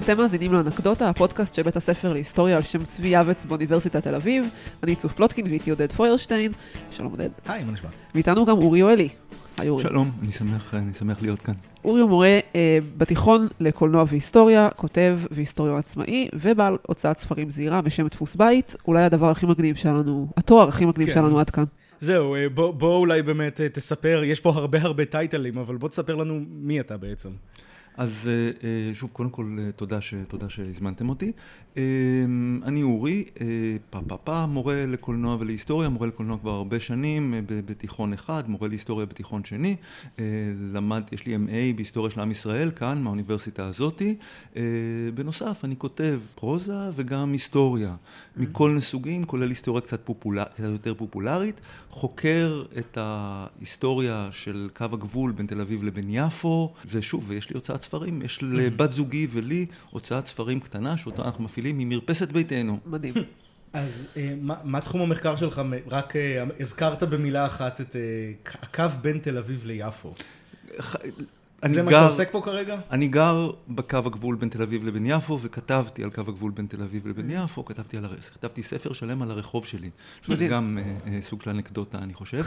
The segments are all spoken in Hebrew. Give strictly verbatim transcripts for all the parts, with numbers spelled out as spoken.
אתם מאזינים לאנקדוטה, הפודקאסט של בית הספר להיסטוריה על שם צבי יעבץ באוניברסיטת תל אביב. אני צוף פלוטקין ואיתי עודד פוירשטיין. שלום עודד. היי, מה נשמע? ואיתנו גם אורי יואלי. היי אורי. שלום, אני שמח, אני שמח להיות כאן. אורי הוא מורה אה, בתיכון לקולנוע והיסטוריה, כותב והיסטוריון עצמאי, ובעל הוצאת ספרים זהירה בשם דפוס בית. אולי הדבר הכי מגניב שלנו, התואר הכי מגניב כן. שלנו עד כאן. זהו, בוא, בוא אולי באמת תספר, יש פה הרבה הרבה טייטלים, אבל בוא תספר לנו מי אתה בעצם. אז שוב, קודם כל, תודה, ש, תודה שהזמנתם אותי. אני אורי, פאפאפא, מורה לקולנוע ולהיסטוריה, מורה לקולנוע כבר הרבה שנים, בתיכון אחד, מורה להיסטוריה בתיכון שני. למד, יש לי אם איי בהיסטוריה של עם ישראל, כאן, מהאוניברסיטה הזאת. בנוסף, אני כותב פרוזה וגם היסטוריה, מכל נסוגים, כולל היסטוריה קצת, פופולר, קצת יותר פופולרית. חוקר את ההיסטוריה של קו הגבול בין תל אביב לבין יפו, ושוב, ויש לי הוצאת ספרים, יש לבת זוגי ולי הוצאת ספרים קטנה, שאותה אנחנו מפעילים ממרפסת ביתנו. מדהים. אז מה, מה תחום המחקר שלך? רק הזכרת במילה אחת את הקו בין תל אביב ליפו. זה מה שאתה עוסק פה כרגע? אני גר בקו הגבול בין תל אביב לבין יפו, וכתבתי על קו הגבול בין תל אביב לבין יפו, כתבתי על הרס, כתבתי ספר שלם על הרחוב שלי, שזה גם סוג של אנקדוטה, אני חושב.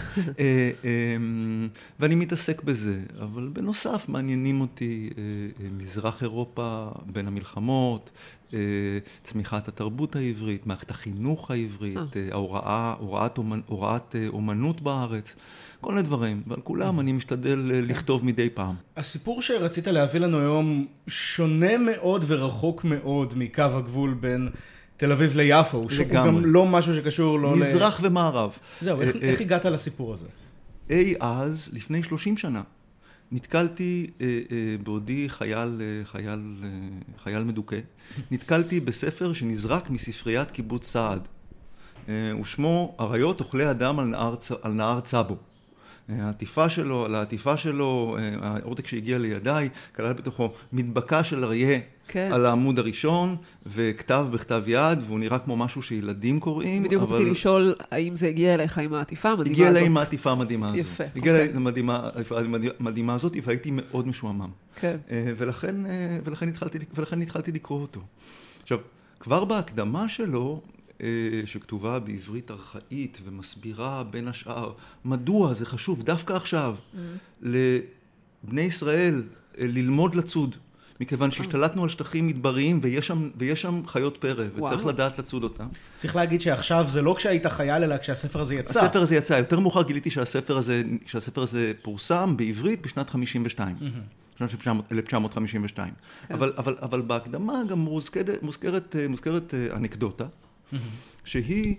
ואני מתעסק בזה, אבל בנוסף מעניינים אותי מזרח אירופה, בין המלחמות, צמיחת התרבות העברית, מערכת החינוך העברית, ההוראה, הוראת, הוראת אומנות בארץ, כל מיני דברים, ועל כולם אני משתדל לכתוב מדי פעם. הסיפור שרצית להביא לנו היום שונה מאוד ורחוק מאוד מקו הגבול בין תל אביב ליפו, הוא גם לא משהו שקשור לא מזרח ל... ומערב. זהו, איך, איך הגעת לסיפור הזה? אי אז, לפני שלושים שנה, נתקלתי, אה, אה, בעודי חייל, אה, חייל, אה, חייל מדוכא, נתקלתי בספר שנזרק מספריית קיבוץ סעד. אה, ושמו אריות אוכלי אדם על נהר, על נהר צבו. העטיפה שלו, על העטיפה שלו, העותק שהגיע לידיי, כלל בתוכו מדבקה של אריה כן. על העמוד הראשון, וכתב בכתב יד, והוא נראה כמו משהו שילדים קוראים. בדיוק אבל... רציתי לשאול האם זה הגיע אליך עם העטיפה המדהימה הגיע הזאת. הגיע אליי עם העטיפה המדהימה הזאת. יפה. הגיע אוקיי. אליי עם המדהימה, המדהימה הזאת, והייתי מאוד משועמם. כן. ולכן, ולכן התחלתי, ולכן התחלתי לקרוא אותו. עכשיו, כבר בהקדמה שלו, שכתובה בעברית ארכאית ומסבירה בין השאר מדוע זה חשוב דווקא עכשיו mm. לבני ישראל ללמוד לצוד, מכיוון שהשתלטנו על שטחים מדבריים ויש שם, ויש שם חיות פרא וצריך וואו. לדעת לצוד אותם. צריך להגיד שעכשיו זה לא כשהיית חייל אלא כשהספר הזה יצא. הספר הזה יצא, יותר מאוחר גיליתי שהספר הזה, שהספר הזה פורסם בעברית בשנת חמישים ושתיים. Mm-hmm. אלף תשע מאות חמישים ושתיים. כן. אבל, אבל, אבל בהקדמה גם מוזכרת, מוזכרת, מוזכרת אנקדוטה, שהיא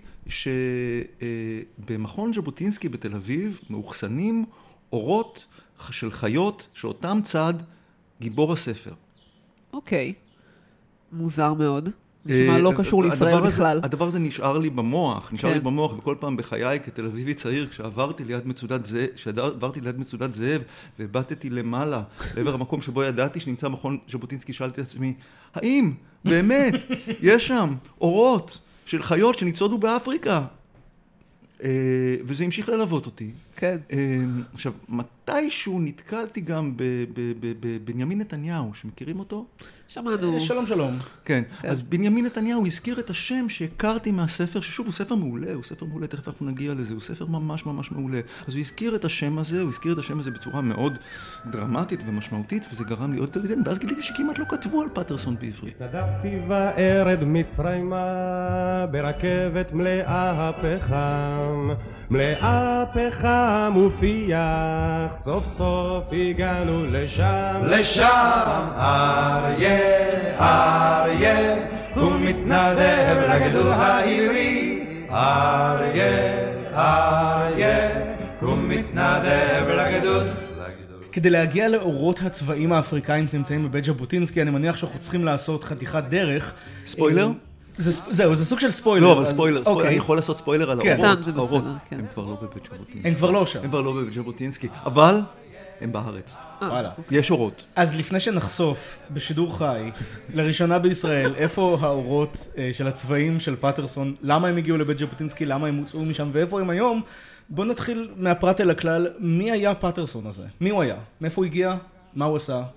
שבמכון ז'בוטינסקי בתל אביב מאוחסנים אורות של חיות שאותם צד גיבור הספר. אוקיי, מוזר מאוד. נשמע לא קשור לישראל בכלל. הדבר הזה נשאר לי במוח, נשאר לי במוח, וכל פעם בחיי כתל אביבי צעיר, כשעברתי ליד מצודת זאב, כשעברתי ליד מצודת זאב, והבטתי למעלה, לעבר המקום שבו ידעתי שנמצא מכון ז'בוטינסקי, שאלתי את עצמי, האם באמת יש שם אורות של חיות שניצודו באפריקה? וזה המשיך ללוות אותי. כן. עכשיו, מתישהו נתקלתי גם בבנימין נתניהו, שמכירים אותו? שמענו. שלום שלום. כן, אז בנימין נתניהו הזכיר את השם שהכרתי מהספר, ששוב, הוא ספר מעולה, הוא ספר מעולה, תכף אנחנו נגיע לזה, הוא ספר ממש ממש מעולה. אז הוא הזכיר את השם הזה, הוא הזכיר את השם הזה בצורה מאוד דרמטית ומשמעותית, וזה גרם לי עוד יותר לדעת, ואז גיליתי שכמעט לא כתבו על פטרסון בעברית. התנדבתי וארד מצרימה ברכבת מלאה פחם, מלאה פחם ופיח, סוף סוף הגענו לשם, לשם אריה, אריה, הוא מתנדב לגדוד העברי, אריה, אריה, הוא מתנדב לגדוד. כדי להגיע לאורות הצבעים האפריקאים שנמצאים בבית ז'בוטינסקי, אני מניח שאנחנו צריכים לעשות חתיכת דרך. ספוילר? זהו, זה סוג של ספוילר. לא, אבל ספוילר, אני יכול לעשות ספוילר על האורות. הם כבר לא בבית ז'בוטינסקי. הם כבר לא שם. הם כבר לא בבית ז'בוטינסקי, אבל הם בארץ. וואלה. יש אורות. אז לפני שנחשוף בשידור חי, לראשונה בישראל, איפה האורות של הצבעים של פטרסון, למה הם הגיעו לבית ז'בוטינסקי, למה הם הוצאו משם, ואיפה הם היום, בואו נתחיל מהפרט אל הכלל, מי היה פטרסון הזה? מי הוא היה? מאיפה הוא הגיע? מה הוא עשה?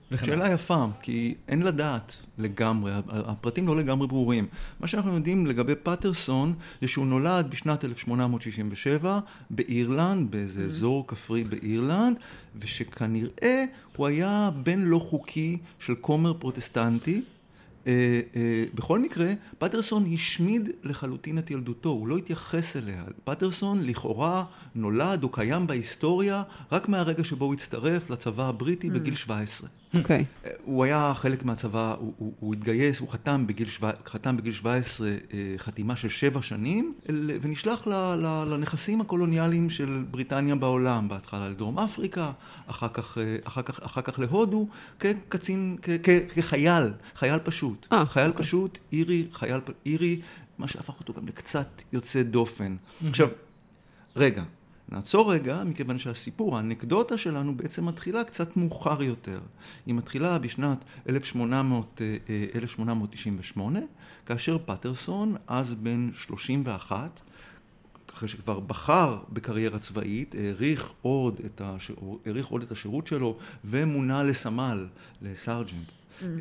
שאלה יפה, כי אין לדעת לגמרי, הפרטים לא לגמרי ברורים. מה שאנחנו יודעים לגבי פטרסון, זה שהוא נולד בשנת אלף שמונה מאות שישים ושבע באירלנד, באיזה אזור כפרי באירלנד, ושכנראה הוא היה בן לא חוקי של כומר פרוטסטנטי. Uh, uh, בכל מקרה, פטרסון השמיד לחלוטין את ילדותו, הוא לא התייחס אליה. פטרסון לכאורה נולד או קיים בהיסטוריה רק מהרגע שבו הוא הצטרף לצבא הבריטי mm. בגיל שבע עשרה. אוקיי. Okay. Uh, הוא היה חלק מהצבא, הוא, הוא, הוא התגייס, הוא חתם בגיל, שבע, חתם בגיל שבע עשרה uh, חתימה של שבע שנים, ונשלח ל, ל, לנכסים הקולוניאליים של בריטניה בעולם, בהתחלה לדרום אפריקה, אחר כך, uh, אחר כך, אחר כך להודו, כקצין, כ, כ, כחייל, חייל פשוט. אה, חייל אוקיי. פשוט, אירי, חייל אירי, מה שהפך אותו גם לקצת יוצא דופן. עכשיו, רגע, נעצור רגע, מכיוון שהסיפור, האנקדוטה שלנו בעצם מתחילה קצת מאוחר יותר. היא מתחילה בשנת אלף שמונה מאות תשעים ושמונה, כאשר פטרסון, אז בן שלושים ואחת, אחרי שכבר בחר בקריירה צבאית, העריך עוד את, הש... העריך עוד את השירות שלו, ומונה לסמל, לסרג'נט.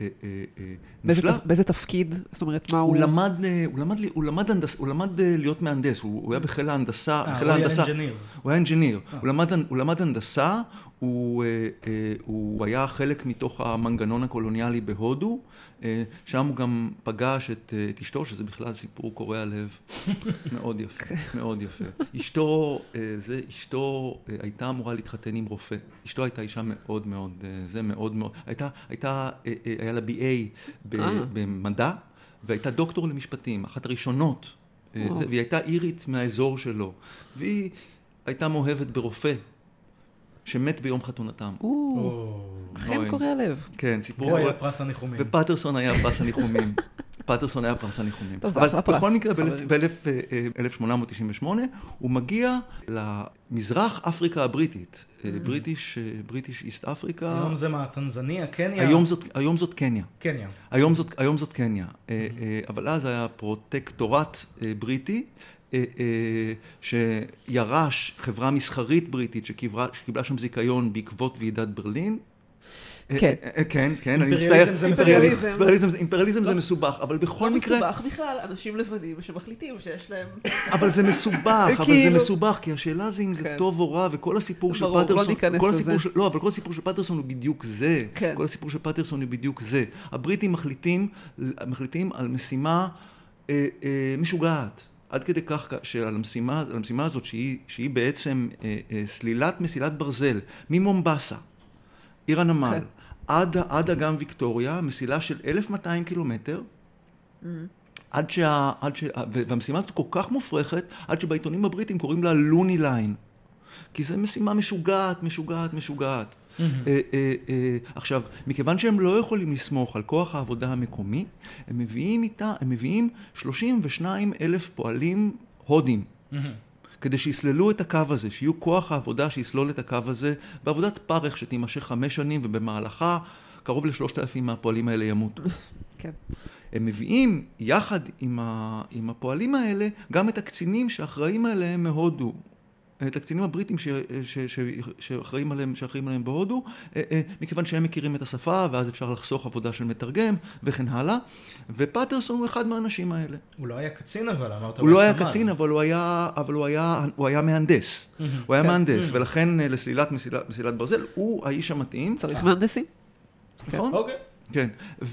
באיזה תפקיד? זאת אומרת, מה הוא... הוא למד, הוא למד, הוא למד הנדס, הוא למד להיות מהנדס, הוא היה בחיל ההנדסה, הוא היה אנג'יניר. הוא היה אנג'יניר, הוא למד הנדסה, הוא היה חלק מתוך המנגנון הקולוניאלי בהודו, שם הוא גם פגש את אשתו, שזה בכלל סיפור קורע לב, מאוד יפה, מאוד יפה. אשתו, זה, אשתו הייתה אמורה להתחתן עם רופא, אשתו הייתה אישה מאוד מאוד, זה מאוד מאוד, הייתה, הייתה, היה לה בי איי במדע, והייתה דוקטור למשפטים, אחת הראשונות, והיא הייתה אירית מהאזור שלו, והיא הייתה מאוהבת ברופא, שמת ביום חתונתם. אכן קורע לב. כן, סיפור... הוא היה פרס הניחומים. ופטרסון היה פרס הניחומים. פטרסון היה פרס הניחומים. טוב, זה אחלה פרס. בכל מקרה, ב-אלף שמונה מאות תשעים ושמונה, הוא מגיע למזרח אפריקה הבריטית. בריטיש, בריטיש איסט אפריקה. היום זה מה, טנזניה, קניה? היום זאת קניה. קניה. היום זאת קניה. אבל אז היה פרוטקטורט בריטי, שירש חברה מסחרית בריטית שקיבלה שם זיכיון בעקבות ועידת ברלין. כן. כן, כן, אני אימפריאליזם זה אימפריאליזם. אימפריאליזם זה מסובך, אבל בכל מקרה... לא מסובך בכלל, אנשים לבנים שמחליטים שיש להם... אבל זה מסובך, אבל זה מסובך, כי השאלה זה אם זה טוב או רע, וכל הסיפור של פטרסון... לא, אבל כל הסיפור של פטרסון הוא בדיוק זה. כל הסיפור של פטרסון הוא בדיוק זה. הבריטים מחליטים על משימה משוגעת. עד כדי כך שעל המשימה, על המשימה הזאת, שהיא, שהיא בעצם אה, אה, סלילת מסילת ברזל, ממומבסה, עיר הנמל, כן. עד, עד אגם ויקטוריה, מסילה של אלף ומאתיים קילומטר, mm-hmm. עד שה, עד שה, והמשימה הזאת כל כך מופרכת, עד שבעיתונים הבריטים קוראים לה לוני ליין. כי זו משימה משוגעת, משוגעת, משוגעת. Mm-hmm. אה, אה, אה, עכשיו, מכיוון שהם לא יכולים לסמוך על כוח העבודה המקומי, הם מביאים איתה, הם מביאים שלושים ושניים אלף פועלים הודים, mm-hmm. כדי שיסללו את הקו הזה, שיהיו כוח העבודה שיסלול את הקו הזה, בעבודת פרך שתימשך חמש שנים, ובמהלכה קרוב לשלושת אלפים מהפועלים האלה ימותו. כן. הם מביאים יחד עם, ה, עם הפועלים האלה, גם את הקצינים שאחראים עליהם מהודו. את הקצינים הבריטים ש, ש, ש, שאחראים עליהם, שאחראים עליהם בהודו, מכיוון שהם מכירים את השפה, ואז אפשר לחסוך עבודה של מתרגם, וכן הלאה. ופטרסון הוא אחד מהאנשים האלה. הוא לא היה קצין, אבל אמרת... הוא לא היה קצין, אבל הוא היה, אבל הוא היה, הוא היה מהנדס. הוא היה מהנדס, ולכן לסלילת מסילת ברזל, הוא האיש המתאים. צריך מהנדסים. נכון? אוקיי. כן,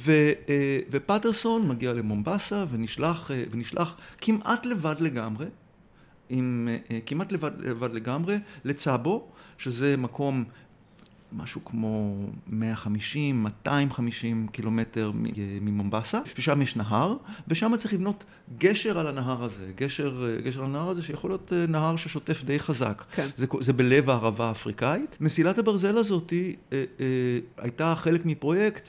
ופטרסון מגיע למומבסה, ונשלח, ונשלח כמעט לבד לגמרי, עם כמעט לבד, לבד לגמרי, לצאבו, שזה מקום משהו כמו מאה וחמישים, מאתיים וחמישים קילומטר ממומבסה, ששם יש נהר, ושם צריך לבנות גשר על הנהר הזה, גשר, גשר על הנהר הזה שיכול להיות נהר ששוטף די חזק. כן. זה, זה בלב הערבה האפריקאית. מסילת הברזל הזאת היא, אה, אה, הייתה חלק מפרויקט,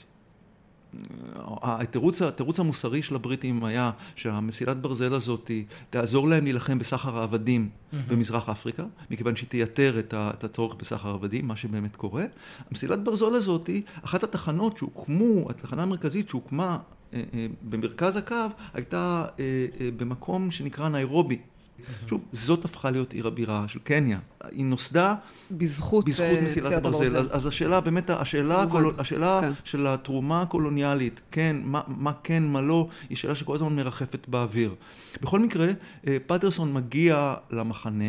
התירוץ, התירוץ המוסרי של הבריטים היה שהמסילת ברזל הזאת תעזור להם להילחם בסחר העבדים mm-hmm. במזרח אפריקה, מכיוון שהיא תייתר את הצורך בסחר העבדים, מה שבאמת קורה. המסילת ברזל הזאת, אחת התחנות שהוקמו, התחנה המרכזית שהוקמה אה, אה, במרכז הקו, הייתה אה, אה, במקום שנקרא ניירובי. שוב, זאת הפכה להיות עיר הבירה של קניה. היא נוסדה בזכות, בזכות מסילת הברזל. אז, אז השאלה, באמת, השאלה, הקול, השאלה כן. של התרומה הקולוניאלית, כן, מה, מה כן, מה לא, היא שאלה שכל הזמן מרחפת באוויר. בכל מקרה, פטרסון מגיע למחנה,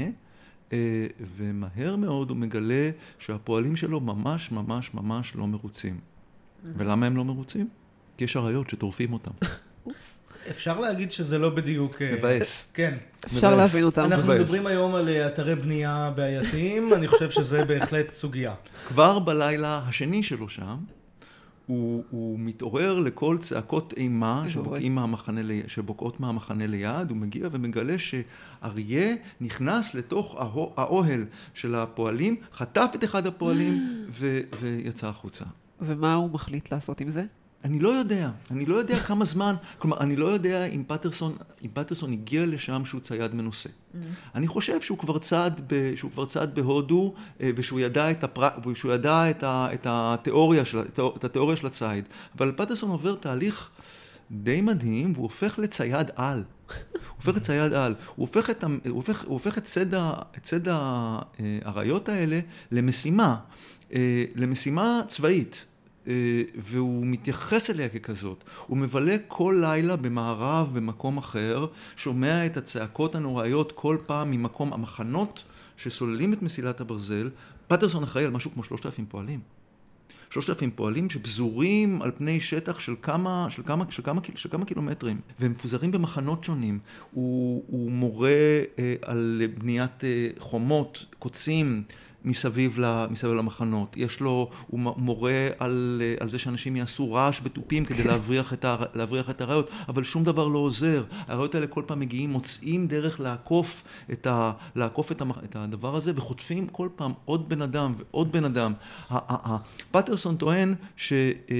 ומהר מאוד הוא מגלה שהפועלים שלו ממש ממש ממש לא מרוצים. ולמה הם לא מרוצים? כי יש אריות שטורפים אותם. אופס. אפשר להגיד שזה לא בדיוק... מבאס. כן. אפשר להבין אותם. אנחנו מדברים היום על אתרי בנייה בעייתיים, אני חושב שזה בהחלט סוגיה. כבר בלילה השני שלו שם, הוא, הוא מתעורר לכל צעקות אימה שבוקעים מהמחנה, שבוקעות מהמחנה ליד, הוא מגיע ומגלה שאריה נכנס לתוך האוהל של הפועלים, חטף את אחד הפועלים ו, ויצא החוצה. ומה הוא מחליט לעשות עם זה? אני לא יודע, אני לא יודע כמה זמן, כלומר, אני לא יודע אם פטרסון, אם פטרסון הגיע לשם שהוא צייד מנוסה. Mm-hmm. אני חושב שהוא כבר צעד, ב, שהוא כבר צעד בהודו, ושהוא ידע את הפר... ושהוא ידע את, ה... את התיאוריה של, את התיאוריה של הצייד. אבל פטרסון עובר תהליך די מדהים, והוא הופך לצייד על. הוא הופך לצייד על. הוא הופך את, הוא הופך, הוא הופך את צד ה... את צד האריות האלה למשימה, למשימה צבאית. והוא מתייחס אליה ככזאת. הוא מבלה כל לילה במערב במקום אחר, שומע את הצעקות הנוראיות כל פעם ממקום המחנות שסוללים את מסילת הברזל. פטרסון אחראי על משהו כמו שלושת אלפים פועלים. שלושת אלפים פועלים שבזורים על פני שטח של כמה, של כמה, של כמה, של כמה קילומטרים, והם מפוזרים במחנות שונים. הוא, הוא מורה אה, על בניית אה, חומות, קוצים, מסביב, מסביב למחנות. יש לו, הוא מורה על, על זה שאנשים יעשו רעש בטופים כדי להבריח את, להבריח את הרעיות, אבל שום דבר לא עוזר. הרעיות האלה כל פעם מגיעים, מוצאים דרך לעקוף את, ה, לעקוף את, את הדבר הזה, וחוטפים כל פעם עוד בן אדם ועוד בן אדם. פטרסון טוען ש,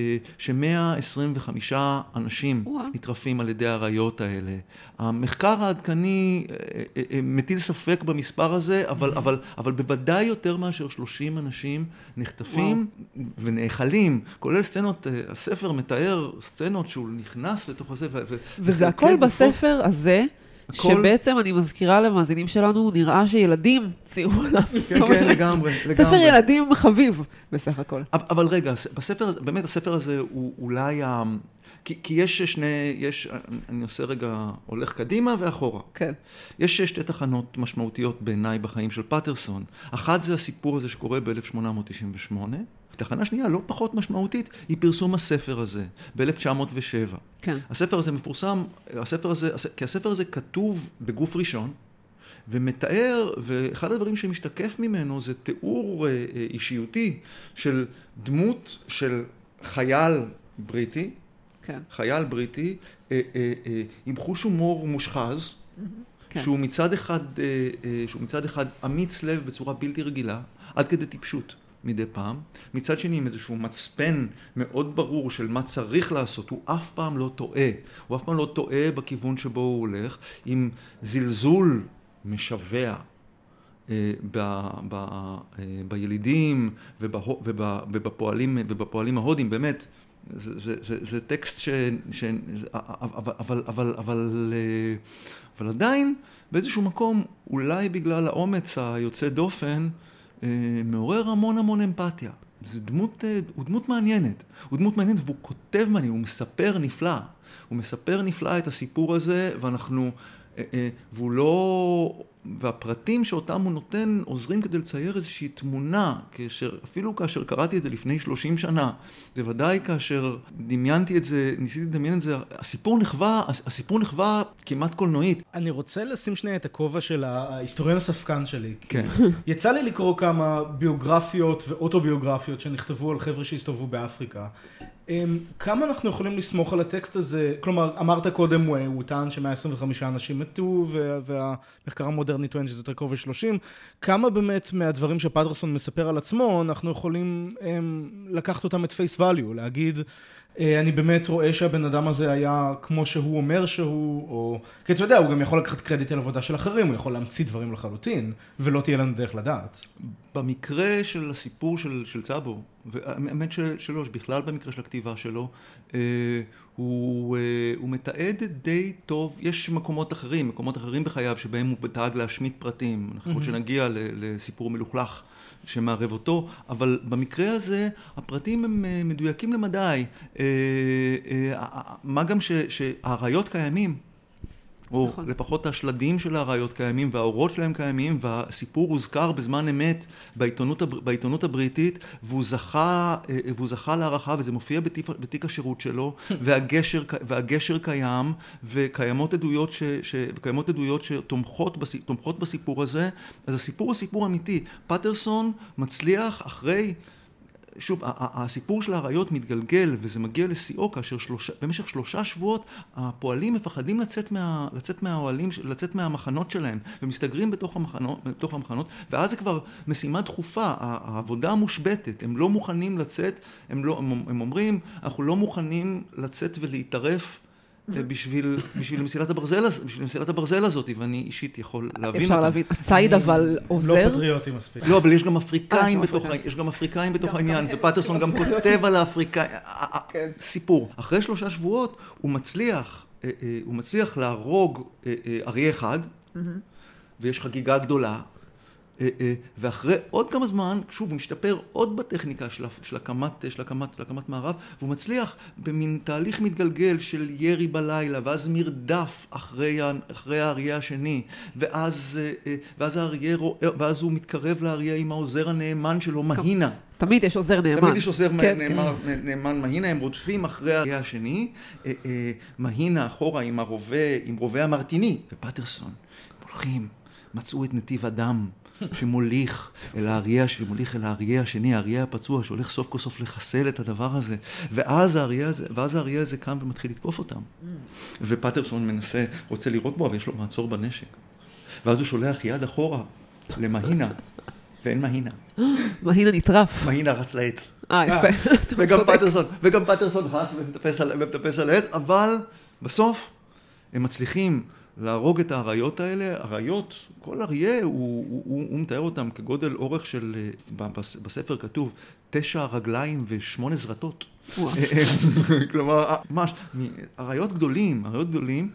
ש-מאה עשרים וחמישה אנשים נטרפים על ידי הרעיות האלה. המחקר העדכני מטיל ספק במספר הזה, אבל, אבל, אבל בוודאי יותר מאשר שלושים אנשים נחטפים וואו. ונאכלים, כולל סצנות, הספר מתאר סצנות שהוא נכנס לתוך הזה. ו- וזה הכל בספר בכל... הזה, הכל... שבעצם אני מזכירה למאזינים שלנו, נראה שילדים ציירו עליו. כן, כן, לגמרי, לגמרי. ספר ילדים חביב בסך הכל. אבל רגע, בספר, באמת הספר הזה הוא אולי... כי, כי יש שני, יש, אני עושה רגע, הולך קדימה ואחורה. כן. יש שתי תחנות משמעותיות בעיניי בחיים של פטרסון. אחת זה הסיפור הזה שקורה ב-אלף שמונה מאות תשעים ושמונה. תחנה שנייה, לא פחות משמעותית, היא פרסום הספר הזה, ב-אלף תשע מאות ושבע. כן. הספר הזה מפורסם, הספר הזה, כי הספר הזה כתוב בגוף ראשון, ומתאר, ואחד הדברים שמשתקף ממנו זה תיאור אישיותי של דמות של חייל בריטי, כן. חייל בריטי, אה, אה, אה, עם חוש הומור מושחז, כן. שהוא מצד אחד, אה, אה, שהוא מצד אחד אמיץ לב בצורה בלתי רגילה, עד כדי טיפשות מדי פעם. מצד שני, עם איזשהו מצפן מאוד ברור של מה צריך לעשות, הוא אף פעם לא טועה. הוא אף פעם לא טועה בכיוון שבו הוא הולך, עם זלזול משווה. ב, ב, בילידים ובפועלים, ובפועלים ההודים, באמת, זה, זה, זה, זה טקסט ש... ש אבל, אבל, אבל, אבל, אבל עדיין, באיזשהו מקום, אולי בגלל האומץ היוצא דופן, מעורר המון המון אמפתיה. זה דמות, הוא דמות מעניינת. הוא דמות מעניינת והוא כותב מעניין, הוא מספר נפלא. הוא מספר נפלא את הסיפור הזה, ואנחנו... והוא לא... והפרטים שאותם הוא נותן עוזרים כדי לצייר איזושהי תמונה, כאשר, אפילו כאשר קראתי את זה לפני שלושים שנה, זה ודאי כאשר דמיינתי את זה, ניסיתי לדמיין את זה, הסיפור נחווה, הסיפור נחווה כמעט קולנועית. אני רוצה לשים שנייה את הכובע של ההיסטוריון הספקן שלי. כן. יצא לי לקרוא כמה ביוגרפיות ואוטוביוגרפיות שנכתבו על חבר'ה שהסתובבו באפריקה. כמה אנחנו יכולים לסמוך על הטקסט הזה? כלומר, אמרת קודם, הוא טען ש-מאה עשרים וחמישה אנשים מתו, והמחקר המודרני טוען שזה יותר קרוב ל-שלושים. כמה באמת מהדברים שפטרסון מספר על עצמו, אנחנו יכולים לקחת אותם את face value, להגיד, אני באמת רואה שהבן אדם הזה היה כמו שהוא אומר שהוא, או... כי אתה יודע, הוא גם יכול לקחת קרדיט על עבודה של אחרים, הוא יכול להמציא דברים לחלוטין, ולא תהיה לנו דרך לדעת. במקרה של הסיפור של, של צאבו, והאמת שלו, בכלל במקרה של הכתיבה שלו, אה, הוא, אה, הוא מתעד די טוב, יש מקומות אחרים, מקומות אחרים בחייו שבהם הוא דאג להשמיט פרטים, אנחנו רוצים שנגיע לסיפור מלוכלך שמערב אותו, אבל במקרה הזה הפרטים הם מדויקים למדי, מה גם שהראיות קיימים, או נכון. לפחות השלדים של הראיות קיימים והאורות שלהם קיימים, והסיפור הוזכר בזמן אמת בעיתונות, בעיתונות הבריטית, והוא זכה, והוא זכה להערכה, וזה מופיע בתיק, בתיק השירות שלו, והגשר, והגשר קיים, וקיימות עדויות, ש, ש, וקיימות עדויות שתומכות בסיפור, תומכות בסיפור הזה. אז הסיפור הוא סיפור אמיתי. פטרסון מצליח אחרי... שוב, הסיפור של הראיות מתגלגל, וזה מגיע לשיאו, כאשר שלושה, במשך שלושה שבועות הפועלים מפחדים לצאת מה, לצאת מהאוהלים, לצאת מהמחנות שלהם, ומסתגרים בתוך המחנות, בתוך המחנות, ואז זה כבר משימה דחופה, העבודה מושבתת, הם לא מוכנים לצאת, הם, לא, הם, הם אומרים, אנחנו לא מוכנים לצאת ולהתערף, בשביל, בשביל מסילת הברזל, בשביל מסילת הברזל הזאת, ואני אישית יכול להבין אותה. אפשר להבין, הצייד אבל עוזר? לא פטריוטי מספיק. לא, אבל יש גם אפריקאים בתוך, יש גם אפריקאים בתוך העניין, ופטרסון גם כותב על האפריקאים, סיפור. אחרי שלושה שבועות הוא מצליח, הוא מצליח להרוג אריה אחד, ויש חגיגה גדולה, ואחרי עוד כמה זמן, שוב, הוא משתפר עוד בטכניקה של, של, הקמת, של, הקמת, של הקמת מערב, והוא מצליח במין תהליך מתגלגל של ירי בלילה, ואז מרדף אחרי, אחרי האריה השני, ואז, ואז, האריה, ואז הוא מתקרב לאריה עם העוזר הנאמן שלו, מהינה. תמיד יש עוזר נאמן. תמיד יש עוזר כן, נאמן, כן. נאמן מהינה, הם רודפים אחרי האריה השני, מהינה אחורה עם הרובה, עם רובה המרטיני, ופטרסון, הולכים, מצאו את נתיב הדם. שמוליך אל האריה, שמוליך אל האריה השני, האריה הפצוע, שהולך סוף כל סוף לחסל את הדבר הזה, ואז האריה הזה, ואז האריה הזה קם ומתחיל לתקוף אותם. ופטרסון מנסה, רוצה לראות בו, אבל יש לו מעצור בנשק. ואז הוא שולח יד אחורה למהינה, ואין מהינה. מהינה נטרף. מהינה רץ לעץ. אה, יפה. וגם פטרסון, וגם פטרסון רץ ומטפס על העץ, אבל בסוף הם מצליחים להרוג את האריות האלה. אריות, כל אריה, הוא, הוא, הוא, הוא מתאר אותם כגודל אורך של, בספר כתוב, תשע רגליים ושמונה זרטות. כלומר, ממש, אריות גדולים, אריות גדולים,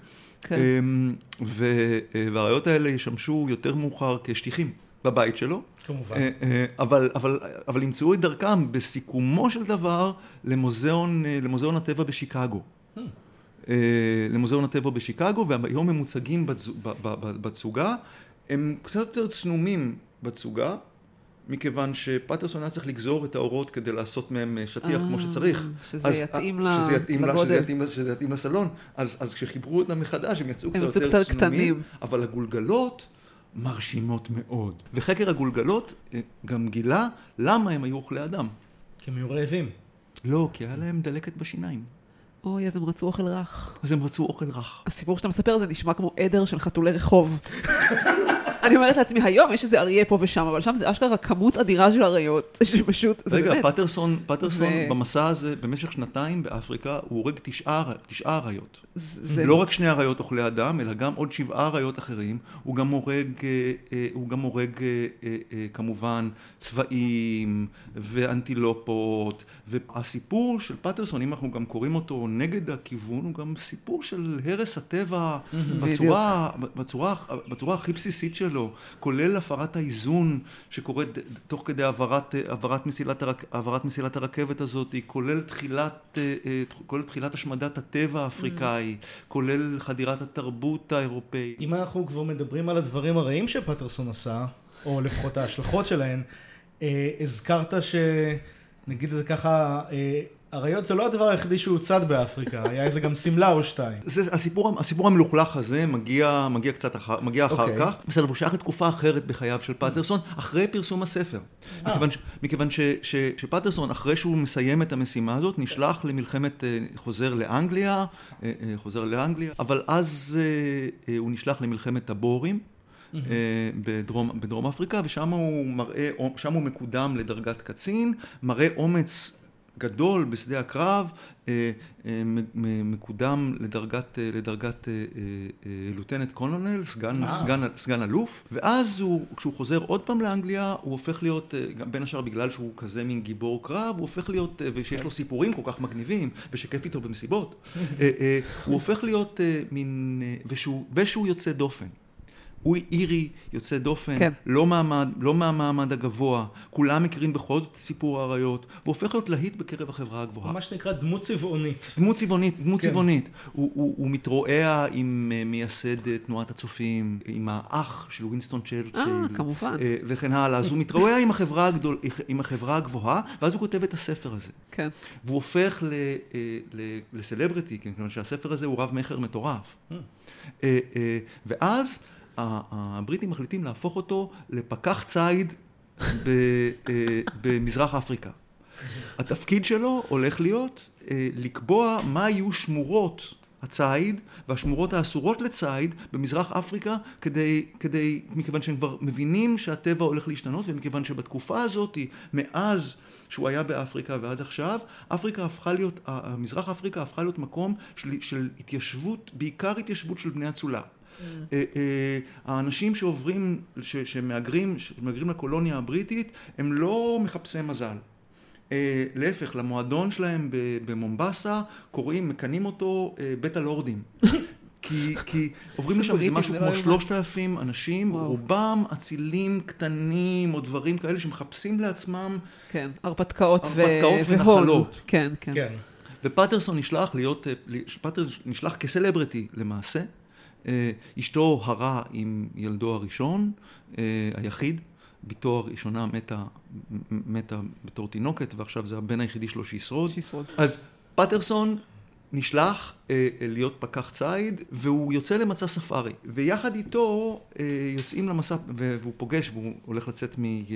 והאריות האלה ישמשו יותר מאוחר כשטיחים בבית שלו. כמובן. אבל, אבל, אבל ימצאו את דרכם בסיכומו של דבר למוזיאון, למוזיאון הטבע בשיקגו. למוזיאון הטבע בשיקגו, והיום הם מוצגים בתצוגה. הם קצת יותר צנומים בתצוגה, מכיוון שפטרסון היה צריך לגזור את האורות כדי לעשות מהם שטיח כמו שצריך. שזה יתאים לגודל. שזה יתאים לסלון. אז כשחיברו אותם מחדש, הם יצאו קצת יותר צנומים, אבל הגולגלות מרשימות מאוד. וחקר הגולגלות גם גילה למה הם היו אוכלי אדם. כי הם היו רעבים. לא, כי היה להם דלקת בשיניים. אוי, אז הם רצו אוכל רך. אז הם רצו אוכל רך. הסיפור שאתה מספר זה נשמע כמו עדר של חתולי רחוב. אני אומרת לעצמי, היום יש איזה אריה פה ושם, אבל שם זה אשכרה כמות אדירה של אריות, שפשוט, זה רגע, באמת. פטרסון, פטרסון במסע הזה, במשך שנתיים באפריקה, הוא הורג תשעה, תשעה אריות. זה... לא רק שני אריות אוכלי אדם, אלא גם עוד שבעה אריות אחרים. הוא גם הורג, הוא גם הורג כמובן צבעים ואנטילופות. והסיפור של פטרסון, אם אנחנו גם קוראים אותו נגד הכיוון, הוא גם סיפור של הרס הטבע בצורה, בצורה, בצורה הכי בסיסית שלו. לו, כולל הפרת האיזון שקורית תוך כדי העברת, העברת מסילת, הרק, העברת מסילת הרכבת הזאת, כולל תחילת, כולל תחילת השמדת הטבע האפריקאי, כולל חדירת התרבות האירופאית. אם אנחנו כבר מדברים על הדברים הרעים שפטרסון עשה, או לפחות ההשלכות שלהן, הזכרת שנגיד את זה ככה, אריות זה לא הדבר היחידי שהוא צד באפריקה, היה איזה גם סמלה או שתיים. זה, הסיפור, הסיפור המלוכלך הזה מגיע, מגיע קצת אחר, מגיע אחר okay. כך. בסדר, הוא שייך לתקופה אחרת בחייו של פטרסון, אחרי פרסום הספר. Ah. מכיוון, ש, מכיוון ש, ש, שפטרסון, אחרי שהוא מסיים את המשימה הזאת, נשלח למלחמת, חוזר לאנגליה, חוזר לאנגליה, אבל אז הוא נשלח למלחמת הבורים, mm-hmm. בדרום, בדרום אפריקה, ושם הוא מראה, שם הוא מקודם לדרגת קצין, מראה אומץ גדול בשדה הקרב, מקודם לדרגת, לדרגת לוטננט קולונל, סגן, סגן, סגן אלוף, ואז הוא, כשהוא חוזר עוד פעם לאנגליה, הוא הופך להיות, בין השאר בגלל שהוא כזה מין גיבור קרב, הוא הופך להיות, ושיש לו סיפורים כל כך מגניבים, ושכיף איתו במסיבות, הוא הופך להיות מין, ושהוא, ושהוא יוצא דופן. הוא אירי, יוצא דופן, כן. לא, מעמד, לא מהמעמד הגבוה, כולם מכירים בכל זאת סיפור האריות, והופך להיות להיט בקרב החברה הגבוהה. מה שנקרא דמות צבעונית. דמות צבעונית, דמות כן. צבעונית. הוא, הוא, הוא מתרועע עם מייסד תנועת הצופים, עם האח של ווינסטון צ'רצ'יל. אה, כמובן. וכן הלאה. אז הוא מתרועע עם החברה, הגדול, עם החברה הגבוהה, ואז הוא כותב את הספר הזה. כן. והוא הופך ל, ל, לסלבריטי, כיוון שהספר הזה הוא רב מחר מטורף. ואז הבריטים מחליטים להפוך אותו לפקח ציד במזרח אפריקה. התפקיד שלו הולך להיות לקבוע מה יהיו שמורות הציד והשמורות האסורות לציד במזרח אפריקה, כדי, כדי, מכיוון שהם כבר מבינים שהטבע הולך להשתנות, ומכיוון שבתקופה הזאת, מאז שהוא היה באפריקה ועד עכשיו, אפריקה הפכה להיות, מזרח אפריקה הפכה להיות מקום של, של התיישבות, בעיקר התיישבות של בני אצולה. האנשים שעוברים, שמאגרים, שמאגרים לקולוניה הבריטית, הם לא מחפשי מזל. להפך, למועדון שלהם במומבסה, קוראים, מקנים אותו בית הלורדים. כי, כי עוברים לשם, זה משהו כמו שלושת אלפים אנשים, רובם אצילים קטנים או דברים כאלה שמחפשים לעצמם. כן, הרפתקאות ונחלות. כן, כן. ופטרסון נשלח להיות, פטרסון נשלח כסלבריטי למעשה. אשתו הרה עם ילדו הראשון, היחיד, ביתו הראשונה מתה, מתה בתור תינוקת, ועכשיו זה הבן היחידי שלו שישרוד. שישרוד. אז פטרסון נשלח להיות פקח ציד, והוא יוצא למסע ספארי. ויחד איתו יוצאים למסע, והוא פוגש, והוא הולך לצאת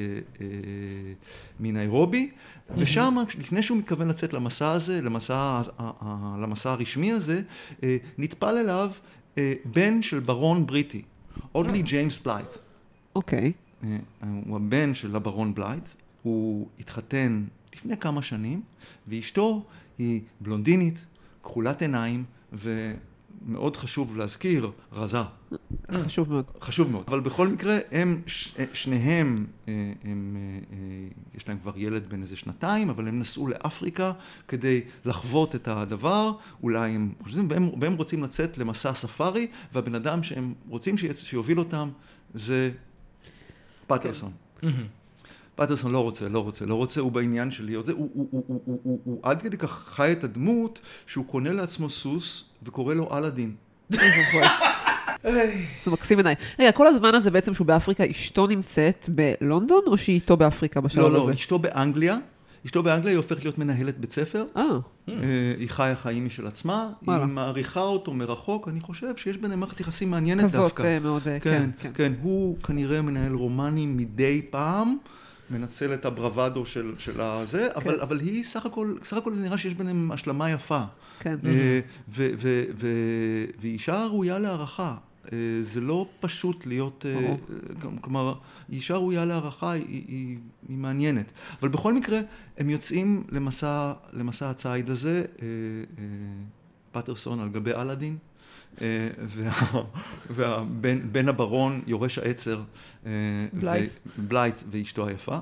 מניירובי, ושם, לפני שהוא מתכוון לצאת למסע הזה, למסע, למסע הרשמי הזה, נטפל אליו בן של ברון בריטי, אודלי ג'יימס בלייט. אוקיי. הוא הבן של הברון בלייט, הוא התחתן לפני כמה שנים, ואשתו היא בלונדינית, כחולת עיניים, ומאוד חשוב להזכיר, רזה. חשוב מאוד. חשוב מאוד. אבל בכל מקרה, הם, שניהם, הם, יש להם כבר ילד בן איזה שנתיים, אבל הם נסעו לאפריקה כדי לחוות את הדבר, אולי הם חושבים, והם, והם רוצים לצאת למסע ספארי, והבן אדם שהם רוצים שיוביל אותם זה פטרסון. פטרסון לא רוצה, לא רוצה, לא רוצה, הוא בעניין שלי, הוא, הוא, הוא, הוא, הוא, הוא, הוא, הוא עד כדי כך חי את הדמות שהוא קונה לעצמו סוס וקורא לו אלאדין. זה מקסים עיניי. רגע, כל הזמן הזה בעצם שהוא באפריקה, אשתו נמצאת בלונדון או שהיא איתו באפריקה בשלב הזה? לא, לא, אשתו באנגליה. אשתו באנגליה היא הופכת להיות מנהלת בית ספר. היא חיה חיים משל עצמה, היא מעריכה אותו מרחוק. אני חושב שיש ביניהם מערכת יחסים מעניינת דווקא. כזאת מאוד, כן. כן, הוא כנראה מנהל רומני מדי פעם, מנצל את הברוודו של, של הזה, כן. אבל, אבל היא סך הכל, סך הכל זה נראה שיש ביניהם השלמה יפה. כן. והיא אישה ראויה להערכה. זה לא פשוט להיות, כלומר, היא אישה ראויה להערכה, היא, היא, היא מעניינת. אבל בכל מקרה, הם יוצאים למסע, למסע הציד הזה, פטרסון על גבי אלאדין, ובן הברון, יורש העצר, בלייט ואשתו היפה,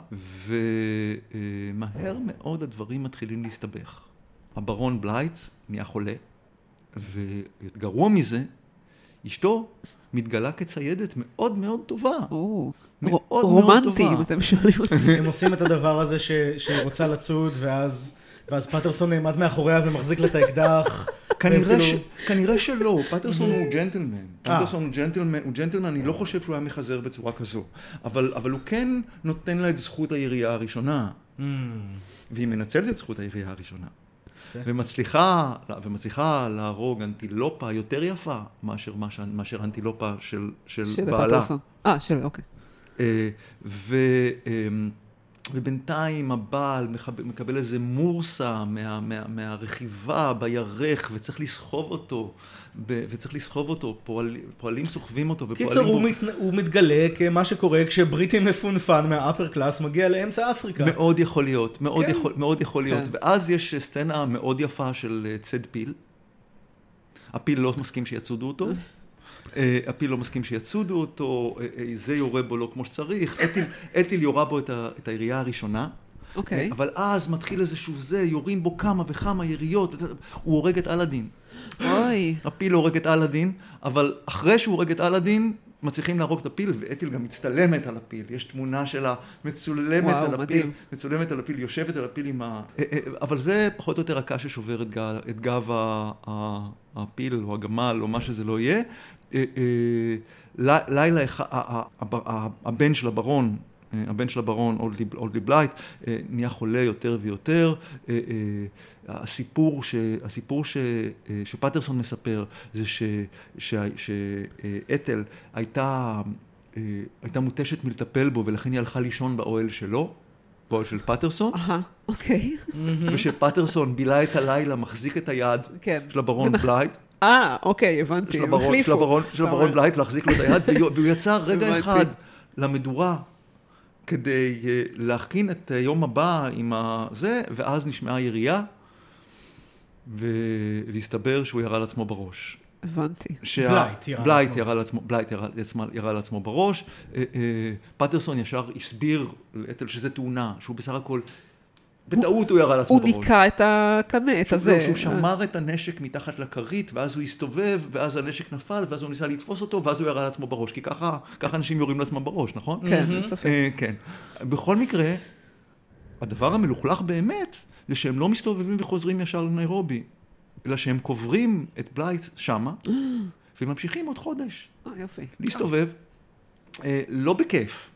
ומהר מאוד הדברים מתחילים להסתבך. הברון בלייט נהיה חולה, וגרוע מזה, אשתו מתגלה כציידת מאוד מאוד טובה. מאוד מאוד טובה. רומנטיים, אתם שואלים אותי. הם עושים את הדבר הזה שהיא רוצה לצוד, ואז פטרסון נעמד מאחוריה ומחזיק לה את האקדח. כנראה שלא, פטרסון הוא ג'נטלמן. פטרסון הוא ג'נטלמן, אני לא חושב שהוא היה מחזר בצורה כזו. אבל הוא כן נותן לה את זכות הירייה הראשונה. והיא מנצלת את זכות הירייה הראשונה. ומצליחה, ומצליחה להרוג אנטילופה יותר יפה מאשר, מאשר אנטילופה של, של, של בעלה. אה, של, אוקיי. ו, ובינתיים הבעל מקבל איזה מורסה מה, מה, מהרכיבה בירך, וצריך לסחוב אותו, וצריך לסחוב אותו, פועל, פועלים סוחבים אותו. קיצור, הוא, מת, הוא מתגלה כמה שקורה כשבריטי מפונפן מהאפר קלאס מגיע לאמצע אפריקה. מאוד יכול להיות, מאוד, כן. יכול, מאוד יכול להיות. כן. ואז יש סצנה מאוד יפה של צד פיל. הפיל לא מסכים שיצודו אותו. הפיל לא מסכים שיצודו אותו, זה יורה בו לא כמו שצריך, אתיל, אתיל יורה בו את, ה, את הירייה הראשונה, אוקיי. אבל אז מתחיל איזשהו זה, יורים בו כמה וכמה יריות, הוא הורג את אלאדין. אוי. הפיל הורג את אלאדין, אבל אחרי שהוא הורג את אלאדין, מצליחים להרוג את הפיל, ואתיל גם מצטלמת על הפיל, יש תמונה שלה מצולמת וואו, על הפיל, מדהים. מצולמת על הפיל, יושבת על הפיל עם ה... אבל זה פחות או יותר הקש ששובר את גב, את גב הפיל או הגמל או מה שזה לא יהיה. לילה אחד, הבן של הברון, הבן של הברון, אולדלי בלייט, נהיה חולה יותר ויותר. הסיפור ש, הסיפור ש, שפטרסון מספר זה ש, ש, שאתל הייתה, הייתה מוטשת מלטפל בו, ולכן היא הלכה לישון באוהל שלו, באוהל של פטרסון. אהה, אוקיי. ושפטרסון בילה את הלילה, מחזיק את היד של הברון בלייט. אה, אוקיי, הבנתי, הם החליפו. של הברון בלייט, להחזיק לו את היד, והוא יצא רגע אחד למדורה, כדי להכין את היום הבא עם זה, ואז נשמעה ירייה, והסתבר שהוא ירה לעצמו בראש. הבנתי. בלייט ירה לעצמו, בלייט ירה לעצמו בראש. פטרסון ישר הסביר לאתל שזה תאונה, שהוא בסך הכל, בטעות הוא ירה לעצמו בראש. הוא ניקה את הקנה, את הזה. שהוא שמר את הנשק מתחת לכרית, ואז הוא הסתובב, ואז הנשק נפל, ואז הוא ניסה לתפוס אותו, ואז הוא ירה לעצמו בראש. כי ככה, ככה אנשים יורים לעצמם בראש, נכון? כן, אין ספק. כן. בכל מקרה, הדבר המלוכלך באמת, זה שהם לא מסתובבים וחוזרים ישר לניירובי, אלא שהם קוברים את בלייט שמה, וממשיכים עוד חודש. אה, יופי. להסתובב, לא בכיף.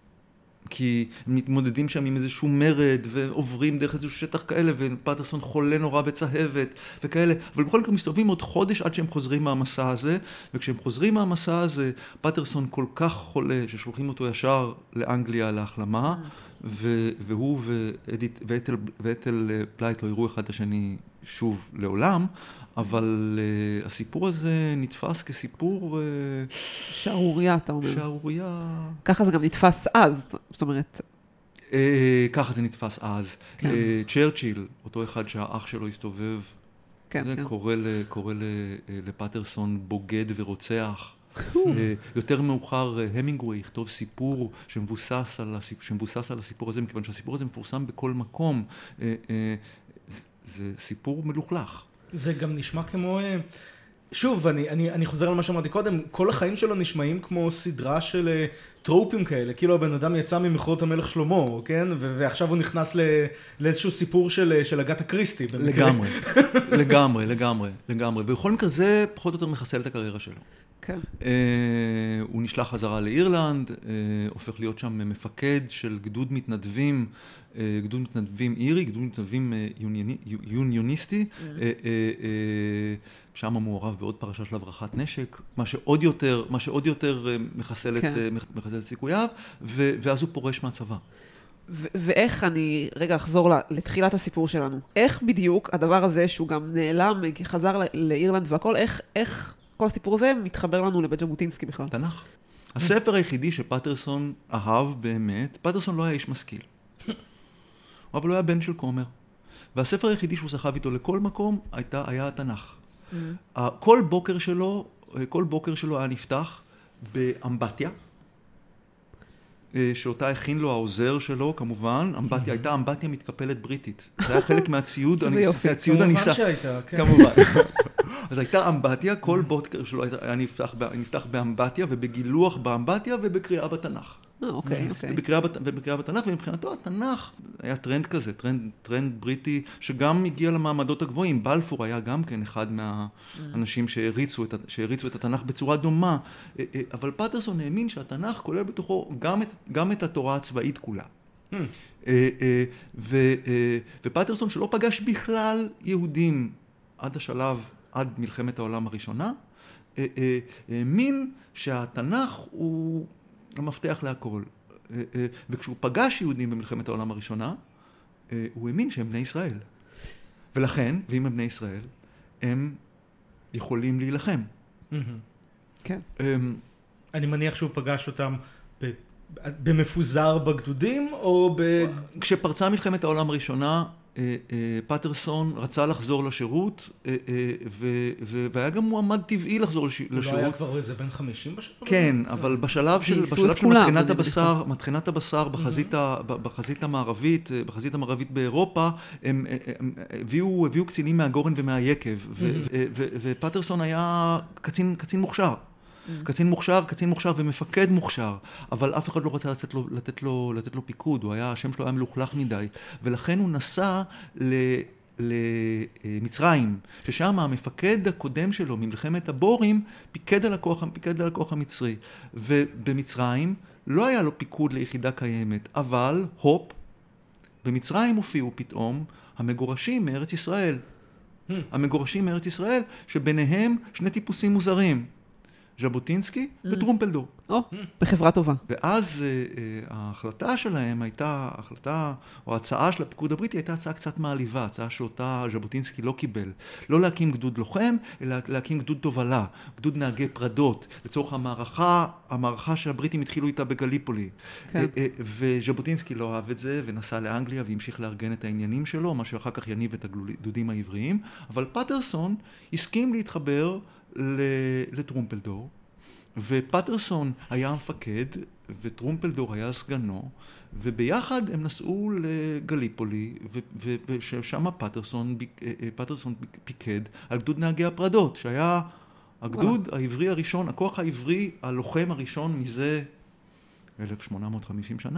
כי מתמודדים שם עם איזשהו מרד, ועוברים דרך איזשהו שטח כאלה, ופטרסון חולה נורא בצהבת, וכאלה. אבל בכל מקרה מסתובבים עוד חודש עד שהם חוזרים מהמסע הזה, וכשהם חוזרים מהמסע הזה, פטרסון כל כך חולה, ששולחים אותו ישר לאנגליה להחלמה, והוא ואתל, ואתל בלייט לא יראו אחד את השני שוב לעולם, אבל uh, הסיפור הזה נתפס כסיפור... Uh, שערוריה, אתה אומר. שערוריה... ככה זה גם נתפס אז, זאת אומרת... Uh, ככה זה נתפס אז. כן. Uh, צ'רצ'יל, אותו אחד שהאח שלו הסתובב, כן, זה כן. קורא, ל, קורא ל, לפטרסון בוגד ורוצח. uh, יותר מאוחר, המינגווי יכתוב סיפור שמבוסס על, הסיפ, שמבוסס על הסיפור הזה, מכיוון שהסיפור הזה מפורסם בכל מקום. Uh, uh, זה, זה סיפור מלוכלך. זה גם נשמע כמו... שוב, אני, אני, אני חוזר על מה שאמרתי קודם, כל החיים שלו נשמעים כמו סדרה של טרופים כאלה, כאילו הבן אדם יצא ממכרות המלך שלמה, כן? ו- ועכשיו הוא נכנס ל- לאיזשהו סיפור של, של אגתה קריסטי. לגמרי, לגמרי, לגמרי, לגמרי. ובכל מקרה זה פחות או יותר מחסל את הקריירה שלו. כן. Uh, הוא נשלח חזרה לאירלנד, uh, הופך להיות שם מפקד של גדוד מתנדבים, uh, גדוד מתנדבים אירי, גדוד מתנדבים uh, יוניוני, יוניוניסטי, mm-hmm. uh, uh, uh, שם מעורב בעוד פרשה של הברחת נשק, מה שעוד יותר, מה שעוד יותר uh, מחסל, כן. את, uh, מחסל את סיכוייו, ו- ואז הוא פורש מהצבא. ו- ואיך אני, רגע, אחזור לתחילת הסיפור שלנו, איך בדיוק הדבר הזה שהוא גם נעלם, חזר לאירלנד והכל, איך, איך כל הסיפור הזה מתחבר לנו לבית ז'בוטינסקי בכלל. תנ"ך. הספר היחידי שפטרסון אהב באמת, פטרסון לא היה איש משכיל. אבל הוא היה בן של כומר. והספר היחידי שהוא סחב איתו לכל מקום הייתה, היה התנ"ך. כל בוקר שלו, כל בוקר שלו היה נפתח באמבטיה, שאותה הכין לו העוזר שלו, כמובן. אמבטיה, הייתה אמבטיה מתקפלת בריטית. זה היה חלק מהציוד, הציוד הניסה. כמובן שהייתה, כן. כמובן. אז הייתה אמבטיה, כל בוקר שלו היה נפתח, נפתח באמבטיה, ובגילוח באמבטיה ובקריאה בתנ"ך. אה, אוקיי, אוקיי. ובקריאה בתנ"ך, ומבחינתו התנ"ך היה טרנד כזה, טרנד, טרנד בריטי, שגם הגיע למעמדות הגבוהים. בלפור היה גם כן אחד מהאנשים שהריצו את, שהריצו את התנ"ך בצורה דומה. אבל פטרסון האמין שהתנ"ך כולל בתוכו גם את, גם את התורה הצבאית כולה. ו, ופטרסון שלא פגש בכלל יהודים עד השלב, עד מלחמת העולם הראשונה, האמין שהתנ"ך הוא המפתח להכל. וכשהוא פגש יהודים במלחמת העולם הראשונה, הוא האמין שהם בני ישראל. ולכן, ואם הם בני ישראל, הם יכולים להילחם. כן. אני מניח שהוא פגש אותם במפוזר בגדודים, או ב... כשפרצה מלחמת העולם הראשונה, פטרסון רצה לחזור לשירות, והיה גם מועמד טבעי לחזור לשירות. הוא לא היה כבר איזה בן חמישים בשלב? כן, אבל בשלב של מטחנת הבשר, מטחנת הבשר בחזית המערבית, בחזית המערבית באירופה, הם הביאו קצינים מהגורן ומהיקב, ופטרסון היה קצין מוכשר. קצין מוכשר, קצין מוכשר ומפקד מוכשר, אבל אף אחד לא רצה לתת לו, לתת לו, לתת לו פיקוד, הוא היה, השם שלו היה מלוכלך מדי, ולכן הוא נסע למצרים, ששם המפקד הקודם שלו ממלחמת הבורים פיקד על הכוח, פיקד על הכוח המצרי, ובמצרים לא היה לו פיקוד ליחידה קיימת, אבל הופ, במצרים הופיעו פתאום המגורשים מארץ ישראל, המגורשים מארץ ישראל, שביניהם שני טיפוסים מוזרים, ז'בוטינסקי וטרומפלדור. או, בחברה טובה. ואז ההחלטה שלהם הייתה, ההחלטה או ההצעה של הפיקוד הבריטי הייתה הצעה קצת מעליבה, הצעה שאותה ז'בוטינסקי לא קיבל. לא להקים גדוד לוחם, אלא להקים גדוד תובלה, גדוד נהגי פרדות, לצורך המערכה, המערכה שהבריטים התחילו איתה בגליפולי. כן. וז'בוטינסקי לא אהב את זה, ונסע לאנגליה והמשיך לארגן את העניינים שלו, מה שאחר כך יניב את הגדודים העבריים. אבל פטרסון הסכים להתחבר לטרומפלדור, ופטרסון היה המפקד, וטרומפלדור היה סגנו, וביחד הם נסעו לגליפולי, ושם פטרסון, פטרסון פיקד על גדוד נהגי הפרדות, שהיה הגדוד העברי הראשון, הכוח העברי הלוחם הראשון מזה אלף שמונה מאות וחמישים שנה.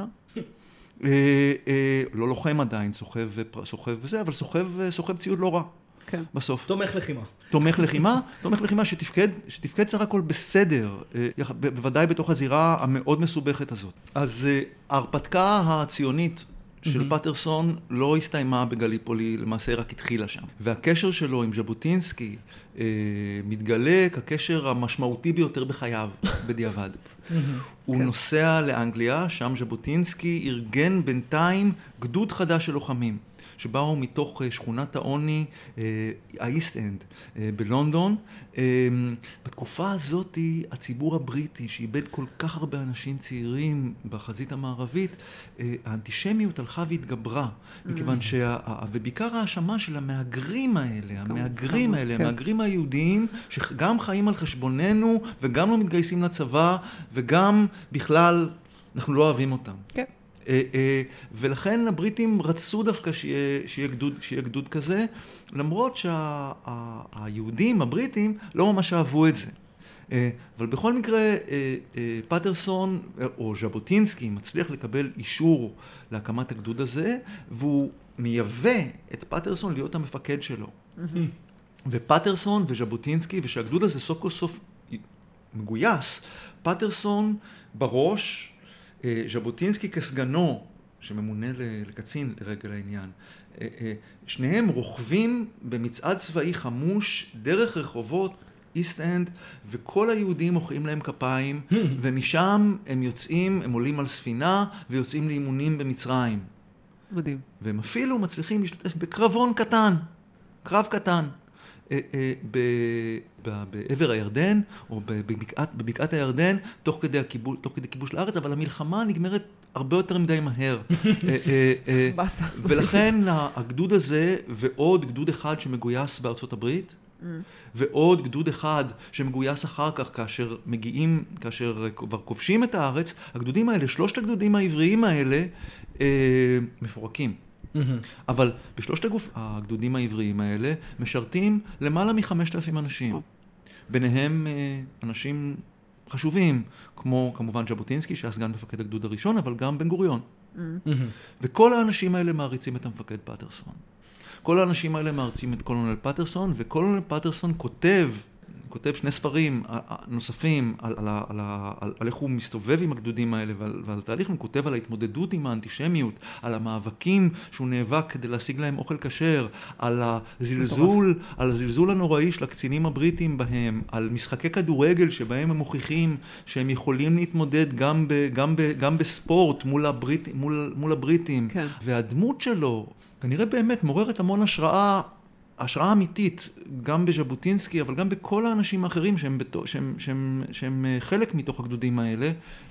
לא לוחם עדיין, סוחב וזה, אבל סוחב ציוד לא רע. כן. בסוף. תומך לחימה. תומך לחימה, תומך לחימה שתפקד, שתפקד סך הכל בסדר, בוודאי בתוך הזירה המאוד מסובכת הזאת. אז ההרפתקה הציונית של פטרסון לא הסתיימה בגליפולי, למעשה רק התחילה שם. והקשר שלו עם ז'בוטינסקי מתגלה כקשר המשמעותי ביותר בחייו, בדיעבד. הוא נוסע לאנגליה, שם ז'בוטינסקי ארגן בינתיים גדוד חדש של לוחמים. שבאו מתוך שכונת העוני, האיסט אנד, בלונדון. בתקופה הזאת, הציבור הבריטי, שאיבד כל כך הרבה אנשים צעירים בחזית המערבית, האנטישמיות הלכה והתגברה, מכיוון שה... ובעיקר ההאשמה של המהגרים האלה, המהגרים האלה, המהגרים היהודיים, שגם חיים על חשבוננו, וגם לא מתגייסים לצבא, וגם בכלל אנחנו לא אוהבים אותם. כן. ולכן הבריטים רצו דווקא שיהיה, שיהיה גדוד, שיהיה גדוד כזה, למרות שהיהודים, הבריטים, לא ממש אהבו את זה. אבל בכל מקרה, פטרסון או ז'בוטינסקי מצליח לקבל אישור להקמת הגדוד הזה, והוא מייבא את פטרסון להיות המפקד שלו. ופטרסון וז'בוטינסקי, ושהגדוד הזה סוף כל סוף מגויס, פטרסון בראש, ז'בוטינסקי כסגנו, שממונה לקצין לרגל העניין, שניהם רוכבים במצעד צבאי חמוש דרך רחובות איסט אנד, וכל היהודים מוחאים להם כפיים, ומשם הם יוצאים, הם עולים על ספינה ויוצאים לאימונים במצרים. מדהים. והם אפילו מצליחים להשתתף בקרבון קטן, קרב קטן. בעבר הירדן, או בבקעת הירדן, תוך כדי הכיבוש, תוך כדי כיבוש לארץ, אבל המלחמה נגמרת הרבה יותר מדי מהר. ולכן הגדוד הזה, ועוד גדוד אחד שמגויס בארצות הברית, ועוד גדוד אחד שמגויס אחר כך, כאשר מגיעים, כאשר כבר כובשים את הארץ, הגדודים האלה, שלושת הגדודים העבריים האלה, מפורקים. אבל בשלושת הגוף, הגדודים העבריים האלה משרתים למעלה מחמשת אלפים אנשים. ביניהם אנשים חשובים, כמו כמובן ז'בוטינסקי, שהיה סגן מפקד הגדוד הראשון, אבל גם בן גוריון. וכל האנשים האלה מעריצים את המפקד פטרסון. כל האנשים האלה מעריצים את קולונל פטרסון, וקולונל פטרסון כותב כותב שני ספרים נוספים על, על, על, על, על איך הוא מסתובב עם הגדודים האלה ועל, ועל תהליך, הוא כותב על ההתמודדות עם האנטישמיות, על המאבקים שהוא נאבק כדי להשיג להם אוכל כשר, על הזלזול, על הזלזול הנוראי של הקצינים הבריטים בהם, על משחקי כדורגל שבהם הם מוכיחים שהם יכולים להתמודד גם, ב, גם, ב, גם בספורט מול, הבריט, מול, מול הבריטים. כן. והדמות שלו כנראה באמת מעוררת המון השראה, השראה אמיתית, גם בז'בוטינסקי, אבל גם בכל האנשים האחרים שהם, בתו, שהם, שהם, שהם חלק מתוך הגדודים האלה.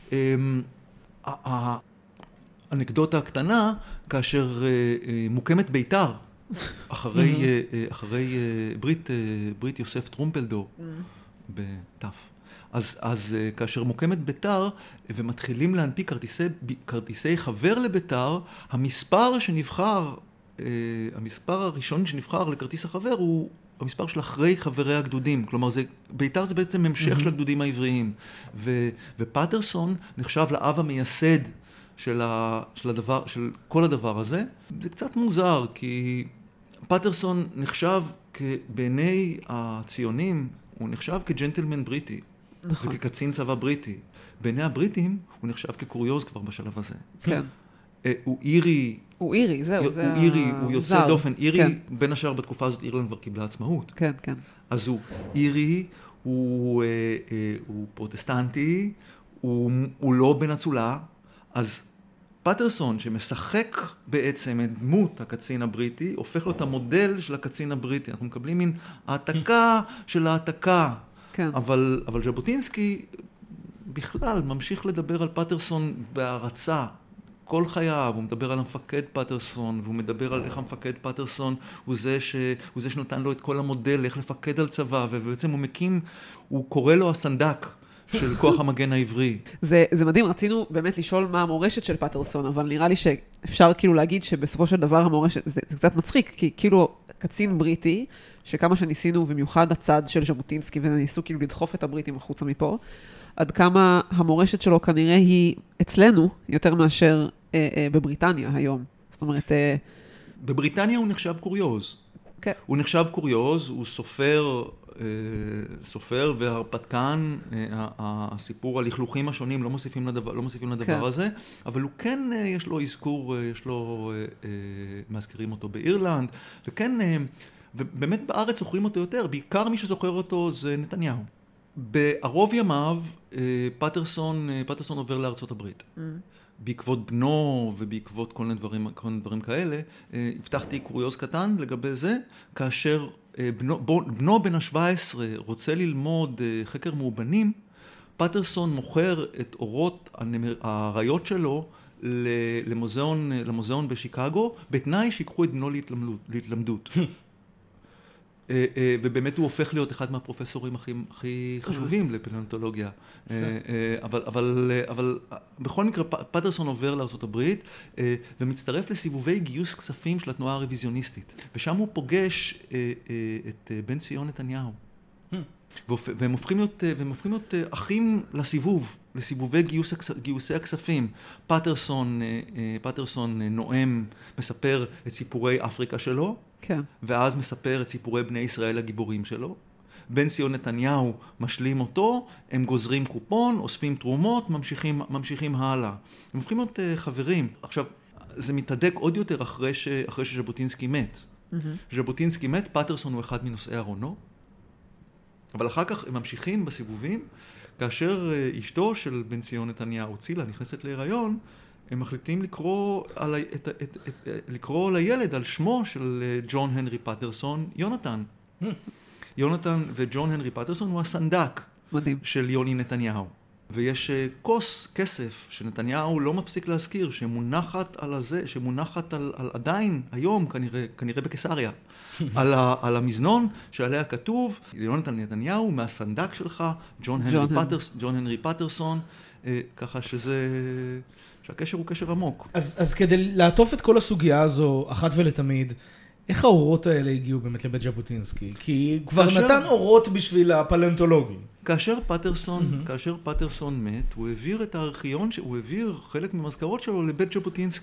האנקדוטה הקטנה, כאשר מוקמת ביתר, אחרי, אחרי ברית, ברית יוסף טרומפלדור, בתף. אז, אז כאשר מוקמת ביתר ומתחילים להנפיק כרטיסי, כרטיסי חבר לביתר, המספר שנבחר, המספר הראשון שנבחר לכרטיס החבר הוא המספר של אחרי חברי הגדודים. כלומר, זה, ביתר זה בעצם המשך של הגדודים העבריים. ו, ופטרסון נחשב לאב המייסד של, ה, של, הדבר, של כל הדבר הזה. זה קצת מוזר, כי פטרסון נחשב בעיני הציונים, הוא נחשב כג'נטלמן בריטי. נכון. וכקצין צבא בריטי. בעיני הבריטים הוא נחשב כקוריוז כבר בשלב הזה. כן. הוא אירי... הוא אירי, זהו, זה הוא אירי, הוא יוצא דופן. אירי, בין השאר בתקופה הזאת, אירלנד כבר קיבלה עצמאות. כן, כן. אז הוא אירי, הוא פרוטסטנטי, הוא לא בן אצולה. אז פטרסון, שמשחק בעצם את דמות הקצין הבריטי, הופך לו את המודל של הקצין הבריטי. אנחנו מקבלים מין העתקה של העתקה. כן. אבל, אבל ז'בוטינסקי בכלל ממשיך לדבר על פטרסון בהרצה. כל חייו, הוא מדבר על המפקד פטרסון, והוא מדבר על איך המפקד פטרסון הוא זה, ש... הוא זה שנותן לו את כל המודל, איך לפקד על צבא, ובעצם הוא מקים, הוא קורא לו הסנדק של כוח המגן העברי. זה, זה מדהים, רצינו באמת לשאול מה המורשת של פטרסון, אבל נראה לי שאפשר כאילו להגיד שבסופו של דבר המורשת, זה, זה קצת מצחיק, כי כאילו קצין בריטי, שכמה שניסינו, במיוחד הצד של ז'בוטינסקי, וניסו כאילו לדחוף את הבריטים החוצה מפה, עד כמה המורשת שלו כנראה היא אצלנו יותר מאשר אה, אה, בבריטניה היום. זאת אומרת... אה... בבריטניה הוא נחשב קוריוז. כן. הוא נחשב קוריוז, הוא סופר, אה, סופר והרפתקן, אה, הסיפור הלכלוכים השונים לא מוסיפים לדבר, לא מוסיפים לדבר כן. הזה, אבל הוא כן, אה, יש לו אזכור, אה, יש לו, אה, אה, מזכירים אותו באירלנד, וכן, אה, ובאמת בארץ זוכרים אותו יותר, בעיקר מי שזוכר אותו זה נתניהו. בערוב ימיו, פטרסון, פטרסון עובר לארצות הברית. Mm. בעקבות בנו ובעקבות כל מיני דברים, כל מיני דברים כאלה, הבטחתי קוריוז קטן לגבי זה, כאשר בנו, בנו בן ה-שבע עשרה רוצה ללמוד חקר מאובנים, פטרסון מוכר את אורות האריות שלו למוזיאון, למוזיאון בשיקגו, בתנאי שיקחו את בנו להתלמדות. ובאמת הוא הופך להיות אחד מהפרופסורים הכי, הכי חשובים לפלנטולוגיה. אבל, אבל, אבל בכל מקרה פטרסון עובר לארצות הברית ומצטרף לסיבובי גיוס כספים של התנועה הרוויזיוניסטית. ושם הוא פוגש את בן ציון נתניהו. והם הופכים להיות, והם הופכים להיות אחים לסיבוב, לסיבובי גיוס, גיוסי הכספים. פטרסון, פטרסון נואם, מספר את סיפורי אפריקה שלו, כן. ואז מספר את סיפורי בני ישראל הגיבורים שלו. בן ציון נתניהו משלים אותו, הם גוזרים קופון, אוספים תרומות, ממשיכים, ממשיכים הלאה. הם הופכים להיות חברים. עכשיו, זה מתהדק עוד יותר אחרי, ש, אחרי שז'בוטינסקי מת. Mm-hmm. ז'בוטינסקי מת, פטרסון הוא אחד מנושאי ארונו. אבל אחר כך הם ממשיכים בסיבובים, כאשר אשתו של בן ציון נתניהו, צילה, נכנסת להיריון, הם מחליטים לקרוא, על, את, את, את, את, לקרוא לילד על שמו של ג'ון הנרי פטרסון, יונתן. יונתן וג'ון הנרי פטרסון הוא הסנדק מדהים. של יוני נתניהו. ויש כוס כסף שנתניהו לא מפסיק להזכיר, שמונחת על הזה, שמונחת על, על עדיין, היום כנראה, כנראה בקיסריה, על, ה, על המזנון שעליה כתוב, יונתן נתניהו מהסנדק שלך, ג'ון הנרי, פטרס, ג'ון הנרי פטרסון, אה, ככה שזה, שהקשר הוא קשר עמוק. אז, אז כדי לעטוף את כל הסוגיה הזו, אחת ולתמיד, איך האורות האלה הגיעו באמת לבית ז'בוטינסקי? כי הוא כבר כאשר... נתן אורות בשביל הפלנטולוגים. כאשר פטרסון, mm-hmm. כאשר פטרסון מת, הוא העביר את הארכיון, הוא העביר חלק ממזכרות שלו לבית ז'בוטינסקי.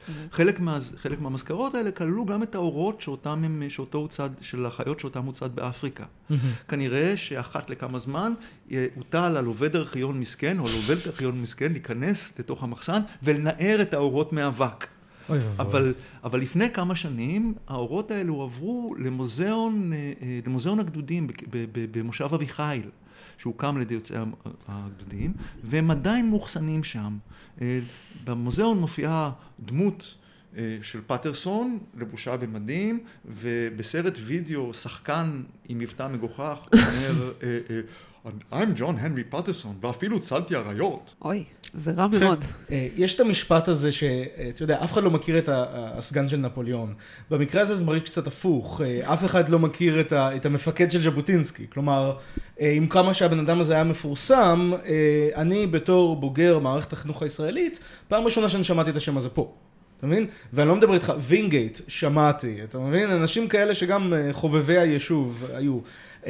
חלק מה, חלק מהמזכרות האלה כללו גם את האורות שאותם הם, שאותו הוצד, של החיות שאותם הוצד באפריקה. כנראה שאחת לכמה זמן הוטל על עובד ארכיון מסכן, או על עובד ארכיון מסכן, להיכנס לתוך המחסן ולנער את האורות מאבק. אבל, אבל לפני כמה שנים, האורות האלו עברו למוזיאון, למוזיאון הגדודים במושב אביחיל, שהוקם לידי יוצאי הגדודים, והם עדיין מוחסנים שם. במוזיאון מופיעה דמות של פטרסון, לבושה במדים, ובסרט וידאו שחקן עם מבטא מגוחך, אומר, I'm John Henry Patterson, ואפילו צלתי אריות. אוי, זה רע מאוד. יש את המשפט הזה שאתה יודע, אף אחד לא מכיר את הסגן של נפוליאון. במקרה הזה זה מרגיש קצת הפוך. אף אחד לא מכיר את המפקד של ז'בוטינסקי. כלומר, עם כמה שהבן אדם הזה היה מפורסם, אני בתור בוגר מערכת החינוך הישראלית, פעם ראשונה שאני שמעתי את השם הזה פה. אתה מבין? ואני לא מדבר איתך, וינגייט, שמעתי, אתה מבין? אנשים כאלה שגם חובבי היישוב היו.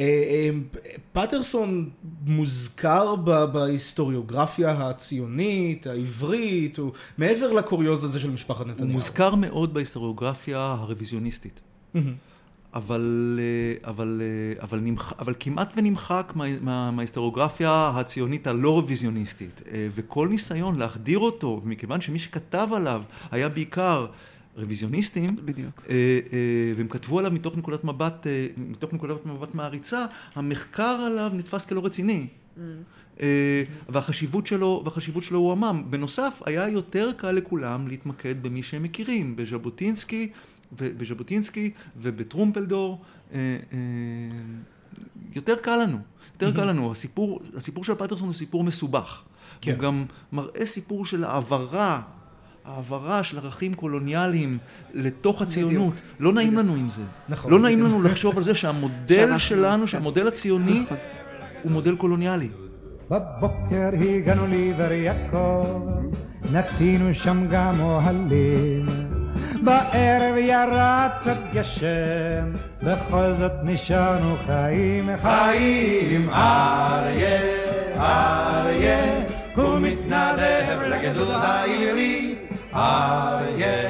פטרסון מוזכר בהיסטוריוגרפיה הציונית, העברית, הוא מעבר לקוריוז הזה של משפחת נתניהו. הוא מוזכר מאוד בהיסטוריוגרפיה הרוויזיוניסטית. אבל, אבל, אבל, נמח, אבל כמעט ונמחק מה, מה, מההיסטוריוגרפיה הציונית הלא רוויזיוניסטית. וכל ניסיון להחדיר אותו, מכיוון שמי שכתב עליו היה בעיקר רוויזיוניסטים, בדיוק. והם כתבו עליו מתוך נקודת מבט, מתוך נקודת מבט מעריצה, המחקר עליו נתפס כלא רציני. והחשיבות שלו, והחשיבות שלו הוא עמם. בנוסף, היה יותר קל לכולם להתמקד במי שהם מכירים, בז'בוטינסקי, בז'בוטינסקי ובטרומפלדור. יותר קל לנו, יותר קל לנו. הסיפור, הסיפור של פטרסון הוא סיפור מסובך. הוא גם מראה סיפור של העברה, העברה של ערכים קולוניאליים לתוך הציונות. לא נעים לנו עם זה. לא נעים לנו לחשוב על זה שהמודל שלנו, שהמודל הציוני הוא מודל קולוניאלי. בבוקר הגענו לעבר יעקב, נטינו שם גם אוהלים, בערב ירד קצת גשם, בכל זאת נשארנו חיים. חיים אריה, אריה, הוא מתנדב לגדוד העברי. אריה,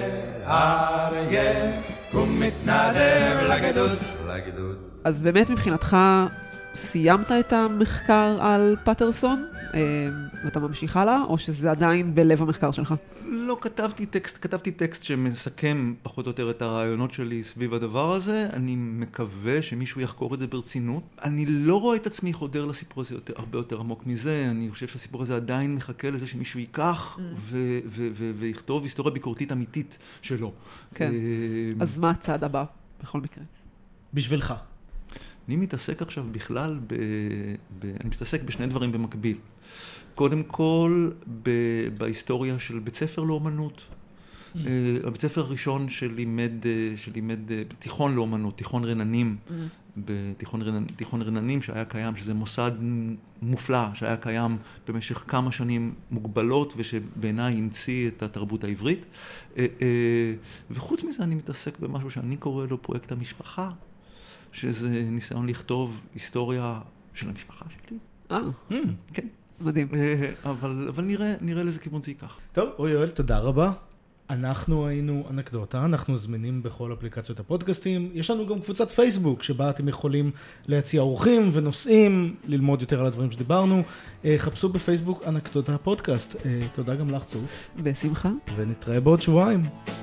אריה, הוא מתנדב לגדוד, לגדוד. אז באמת מבחינתך סיימת את המחקר על פטרסון, ואתה ממשיך הלאה, או שזה עדיין בלב המחקר שלך? לא, כתבתי טקסט, כתבתי טקסט שמסכם פחות או יותר את הרעיונות שלי סביב הדבר הזה. אני מקווה שמישהו יחקור את זה ברצינות. אני לא רואה את עצמי חודר לסיפור הזה יותר, הרבה יותר עמוק מזה. אני חושב שהסיפור הזה עדיין מחכה לזה שמישהו ייקח ו- ו- ו- ויכתוב היסטוריה ביקורתית אמיתית שלו. כן. אז מה הצעד הבא, בכל מקרה? בשבילך. אני מתעסק עכשיו בכלל, ב... ב... אני מתעסק בשני דברים במקביל. קודם כל, ב... בהיסטוריה של בית ספר לאומנות. Mm. Uh, הבית ספר הראשון שלימד, uh, שלימד uh, תיכון לאומנות, תיכון רננים, mm. בתיכון רנ... תיכון רננים שהיה קיים, שזה מוסד מופלא, שהיה קיים במשך כמה שנים מוגבלות, ושבעיניי המציא את התרבות העברית. Uh, uh, וחוץ מזה אני מתעסק במשהו שאני קורא לו פרויקט המשפחה, שזה ניסיון לכתוב היסטוריה של המשפחה שלי. אה, כן. מדהים. אבל, אבל נראה, נראה לאיזה כיוון זה ייקח. טוב, אוי יואל, תודה רבה. אנחנו היינו אנקדוטה, אנחנו זמינים בכל אפליקציות הפודקאסטים. יש לנו גם קבוצת פייסבוק, שבה אתם יכולים להציע אורחים ונושאים, ללמוד יותר על הדברים שדיברנו. חפשו בפייסבוק אנקדוטה הפודקאסט. תודה גם לך, צוף. בשמחה. ונתראה בעוד שבועיים.